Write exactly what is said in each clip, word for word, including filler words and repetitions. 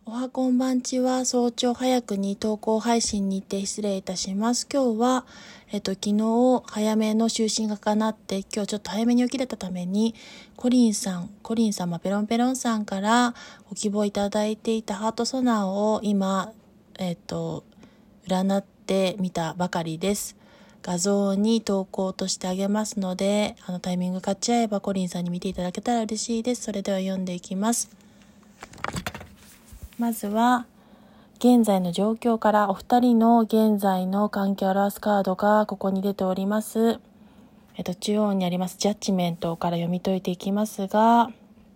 おはこんばんちは。早朝早くに投稿配信にて失礼いたします。今日は、えっと、昨日早めの就寝が叶って、今日ちょっと早めに起きれたために、コリンさん、コリン様ペロンペロンさんからご希望いただいていたハートソナーを今、えっと、占ってみたばかりです。画像に投稿としてあげますので、あのタイミング勝ち合えばコリンさんに見ていただけたら嬉しいです。それでは読んでいきます。まずは現在の状況からお二人の現在の関係を表すカードがここに出ております。えっと、中央にありますジャッジメントから読み解いていきますが、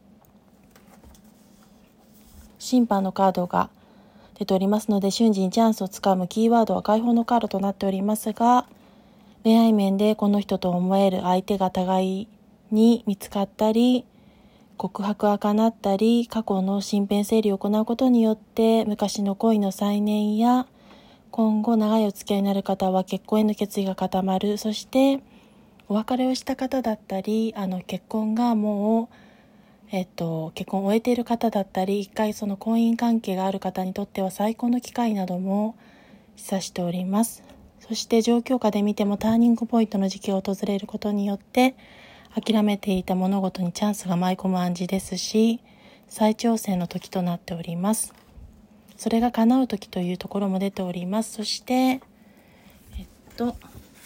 審判のカードが出ておりますので、瞬時にチャンスをつかむキーワードは解放のカードとなっておりますが、恋愛面でこの人と思える相手が互いに見つかったり、告白が叶ったり、過去の身辺整理を行うことによって昔の恋の再燃や今後長いお付き合いになる方は結婚への決意が固まる。そしてお別れをした方だったり、あの結婚がもうえっと結婚を終えている方だったり、一回その婚姻関係がある方にとっては最高の機会なども示唆しております。そして状況下で見てもターニングポイントの時期が訪れることによって諦めていた物事にチャンスが舞い込む暗示ですし、再挑戦の時となっております。それが叶う時というところも出ております。そしてえっと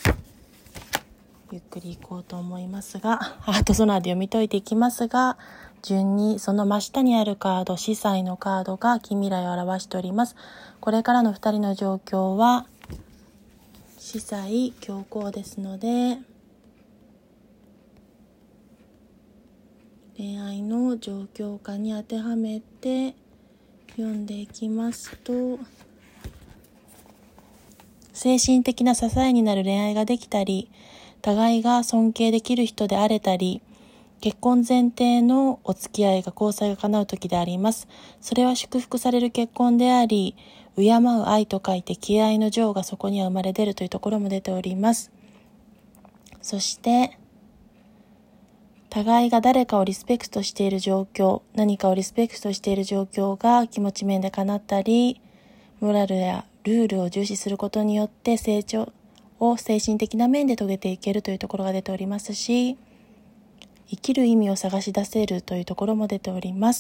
ゆっくりいこうと思いますが、ハートソナーで読み解いていきますが、順にその真下にあるカード、司祭のカードが近未来を表しております。これからのふたりの状況は司祭強行ですので、恋愛の状況下に当てはめて読んでいきますと、精神的な支えになる恋愛ができたり、互いが尊敬できる人であれたり、結婚前提のお付き合いが交際が叶う時であります。それは祝福される結婚であり、敬う愛と書いて敬愛の情がそこには生まれ出るというところも出ております。そして互いが誰かをリスペクトしている状況、何かをリスペクトしている状況が気持ち面で叶ったり、モラルやルールを重視することによって成長を精神的な面で遂げていけるというところが出ておりますし、生きる意味を探し出せるというところも出ております。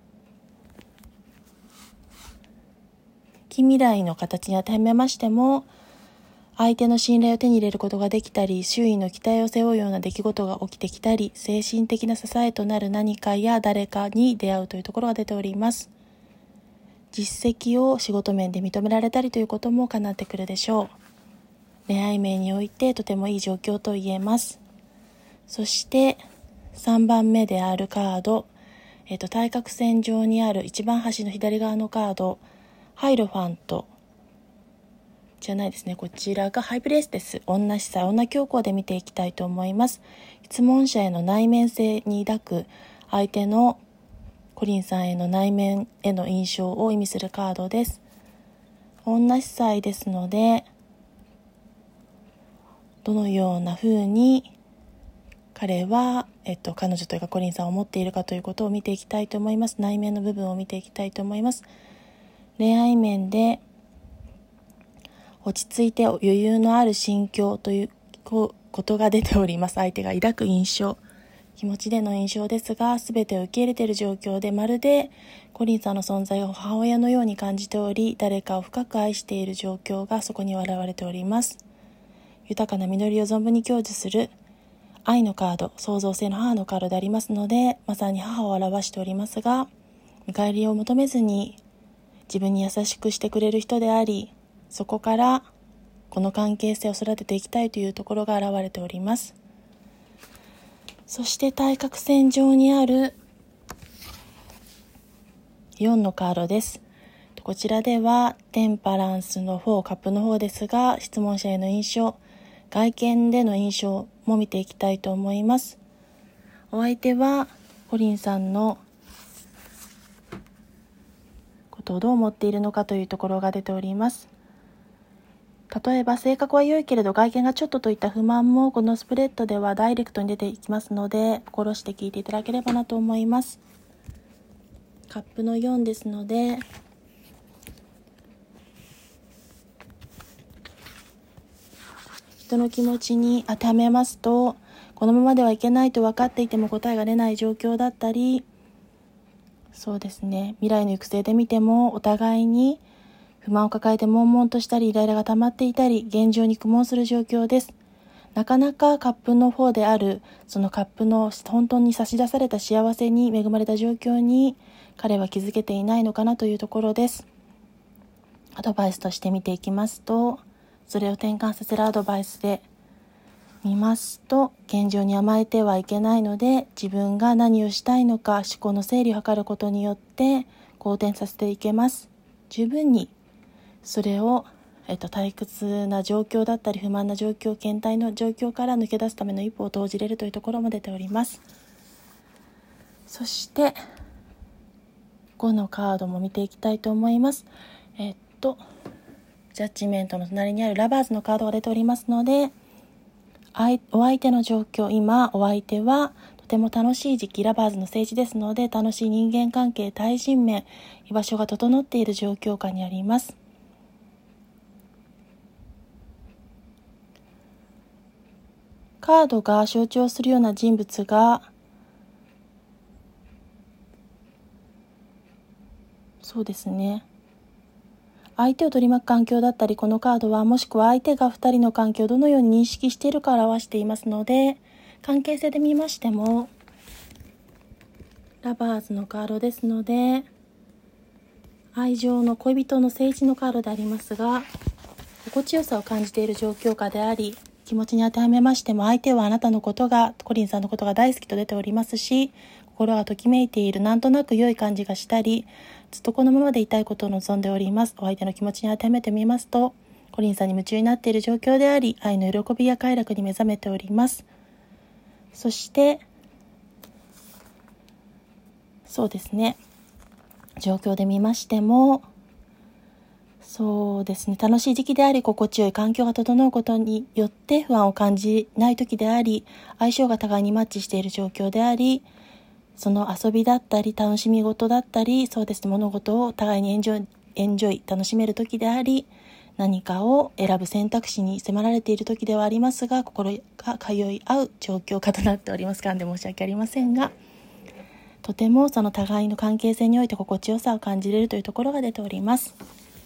近未来の形に当てはめましても、相手の信頼を手に入れることができたり、周囲の期待を背負うような出来事が起きてきたり、精神的な支えとなる何かや誰かに出会うというところが出ております。実績を仕事面で認められたりということも叶ってくるでしょう。恋愛面においてとてもいい状況と言えます。そしてさんばんめであるカード、えっと、対角線上にある一番端の左側のカード、ハイロファントじゃないですね。こちらがハイプレステス、女司祭、女教皇で見ていきたいと思います。質問者への内面性に抱く相手のコリンさんへの内面への印象を意味するカードです。女司祭ですので、どのような風に彼は、えっと、彼女というかコリンさんを持っているかということを見ていきたいと思います。内面の部分を見ていきたいと思います。恋愛面で落ち着いて余裕のある心境ということが出ております。相手が抱く印象、気持ちでの印象ですが、全てを受け入れている状況で、まるでコリンさんの存在を母親のように感じており、誰かを深く愛している状況がそこに現れております。豊かな実りを存分に享受する愛のカード、創造性の母のカードでありますので、まさに母を表しておりますが、見返りを求めずに自分に優しくしてくれる人であり、そこからこの関係性を育てていきたいというところが現れております。そして対角線上にあるよんのカードです。こちらではテンパランスの方、カップの方ですが、質問者への印象、外見での印象も見ていきたいと思います。お相手はコリンさんのことをどう思っているのかというところが出ております。例えば性格は良いけれど外見がちょっとといった不満もこのスプレッドではダイレクトに出ていきますので、心して聞いていただければなと思います。 カップのよんですので、人の気持ちに当てはめますと、このままではいけないと分かっていても答えが出ない状況だったり、そうですね、未来の行く末で見てもお互いに不満を抱えて悶々としたり、イライラが溜まっていたり、現状に苦悶する状況です。なかなかカップの方である、そのカップの本当に差し出された幸せに恵まれた状況に彼は気づけていないのかなというところです。アドバイスとして見ていきますと、それを転換させるアドバイスで見ますと、現状に甘えてはいけないので、自分が何をしたいのか思考の整理を図ることによって好転させていけます。十分にそれを、えっと、退屈な状況だったり不満な状況、倦怠の状況から抜け出すための一歩を投じれるというところも出ております。そしてごのカードも見ていきたいと思います。えっとジャッジメントの隣にあるラバーズのカードが出ておりますので、お相手の状況、今お相手はとても楽しい時期、ラバーズの政治ですので、楽しい人間関係、対人面、居場所が整っている状況下にあります。カードが象徴するような人物が、そうですね、相手を取り巻く環境だったり、このカードはもしくは相手がふたりの関係をどのように認識しているかを表していますので、関係性で見ましてもラバーズのカードですので、愛情の恋人の政治のカードでありますが、心地よさを感じている状況下であり、気持ちに当てはめましても、相手はあなたのことが、コリンさんのことが大好きと出ておりますし、心がときめいている、なんとなく良い感じがしたり、ずっとこのままでいたいことを望んでおります。お相手の気持ちに当てはめてみますと、コリンさんに夢中になっている状況であり、愛の喜びや快楽に目覚めております。そしてそうですね、状況で見ましても、そうですね、楽しい時期であり、心地よい環境が整うことによって不安を感じない時であり、相性が互いにマッチしている状況であり、その遊びだったり楽しみ事だったり、そうですね、物事を互いにエンジョイ、エンジョイ楽しめる時であり、何かを選ぶ選択肢に迫られている時ではありますが、心が通い合う状況下となっております。噛んで申し訳ありませんが、とてもその互いの関係性において心地よさを感じれるというところが出ております。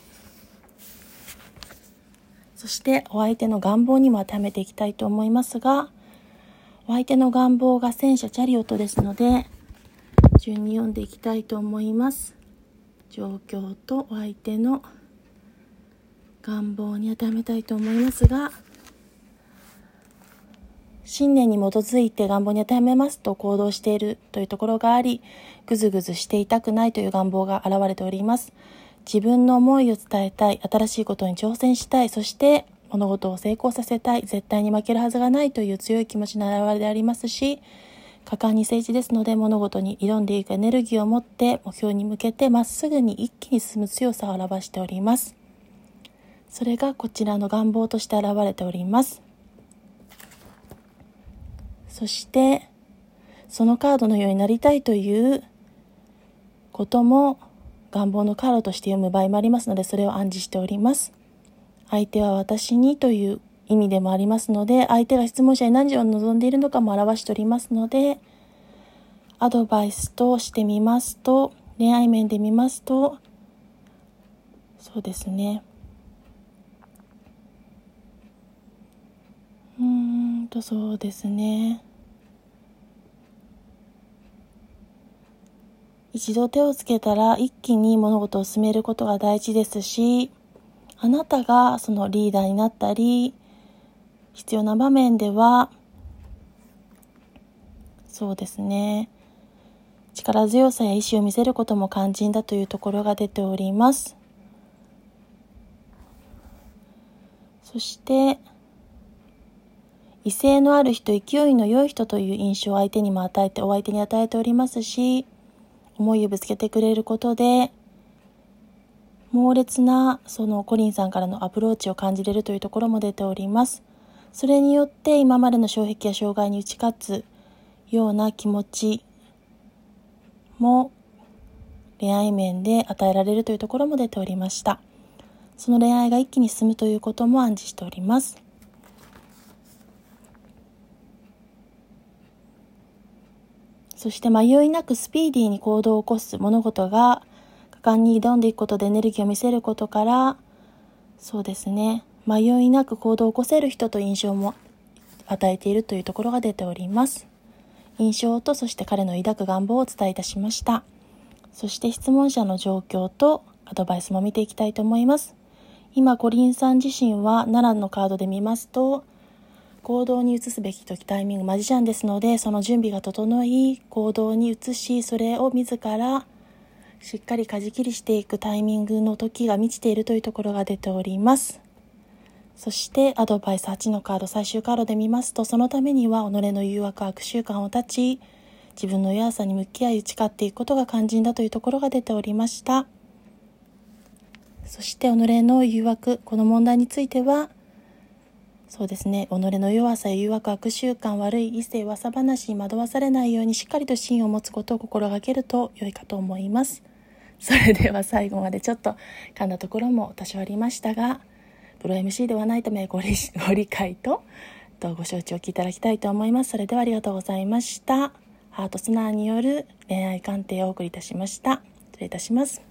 そしてお相手の願望にも当てはめていきたいと思いますが、お相手の願望が戦車チャリオットですので、順に読んでいきたいと思います。状況とお相手の願望に当てはめたいと思いますが、信念に基づいて願望に当てはめますと行動しているというところがあり、ぐずぐずしていたくないという願望が現れております。自分の思いを伝えたい、新しいことに挑戦したい、そして物事を成功させたい、絶対に負けるはずがないという強い気持ちの表れでありますし、果敢に政治ですので、物事に挑んでいくエネルギーを持って目標に向けてまっすぐに一気に進む強さを表しております。それがこちらの願望として現れております。そしてそのカードのようになりたいということも願望のカードとして読む場合もありますので、それを暗示しております。相手は私にという意味でもありますので、相手が質問者に何を望んでいるのかも表しておりますので、アドバイスとしてみますと、恋愛面で見ますと、そうですね、うーんとそうですね一度手をつけたら一気に物事を進めることが大事ですし、あなたがそのリーダーになったり、必要な場面では、そうですね、力強さや意志を見せることも肝心だというところが出ております。そして威勢のある人、勢いの良い人という印象を相手にも与えて、お相手に与えておりますし、思いをぶつけてくれることで猛烈なそのコリンさんからのアプローチを感じれるというところも出ております。それによって今までの障壁や障害に打ち勝つような気持ちも恋愛面で与えられるというところも出ておりました。その恋愛が一気に進むということも暗示しております。そして迷いなくスピーディーに行動を起こす、物事が果敢に挑んでいくことでエネルギーを見せることから、そうですね、迷いなく行動を起こせる人と印象も与えているというところが出ております。印象とそして彼の抱く願望をお伝えいたしました。そして質問者の状況とアドバイスも見ていきたいと思います。今コリンさん自身はななのカードで見ますと、行動に移すべき時タイミングマジシャンですので、その準備が整い行動に移し、それを自らしっかり舵切りしていくタイミングの時が満ちているというところが出ております。そしてアドバイスはちのカード、最終カードで見ますと、そのためには己の誘惑悪習慣を断ち、自分の弱さに向き合い打ち勝っていくことが肝心だというところが出ておりました。そして己の誘惑、この問題についてはそうですね、己の弱さや誘惑、悪習慣、悪い異性、噂話に惑わされないようにしっかりと芯を持つことを心がけると良いかと思います。それでは最後までちょっと噛んだところも多少ありましたが、プロ エムシー ではないためご理、ご理解とご承知おきいただきたいと思います。それではありがとうございました。ハートスナーによる恋愛鑑定をお送りいたしました。失礼いたします。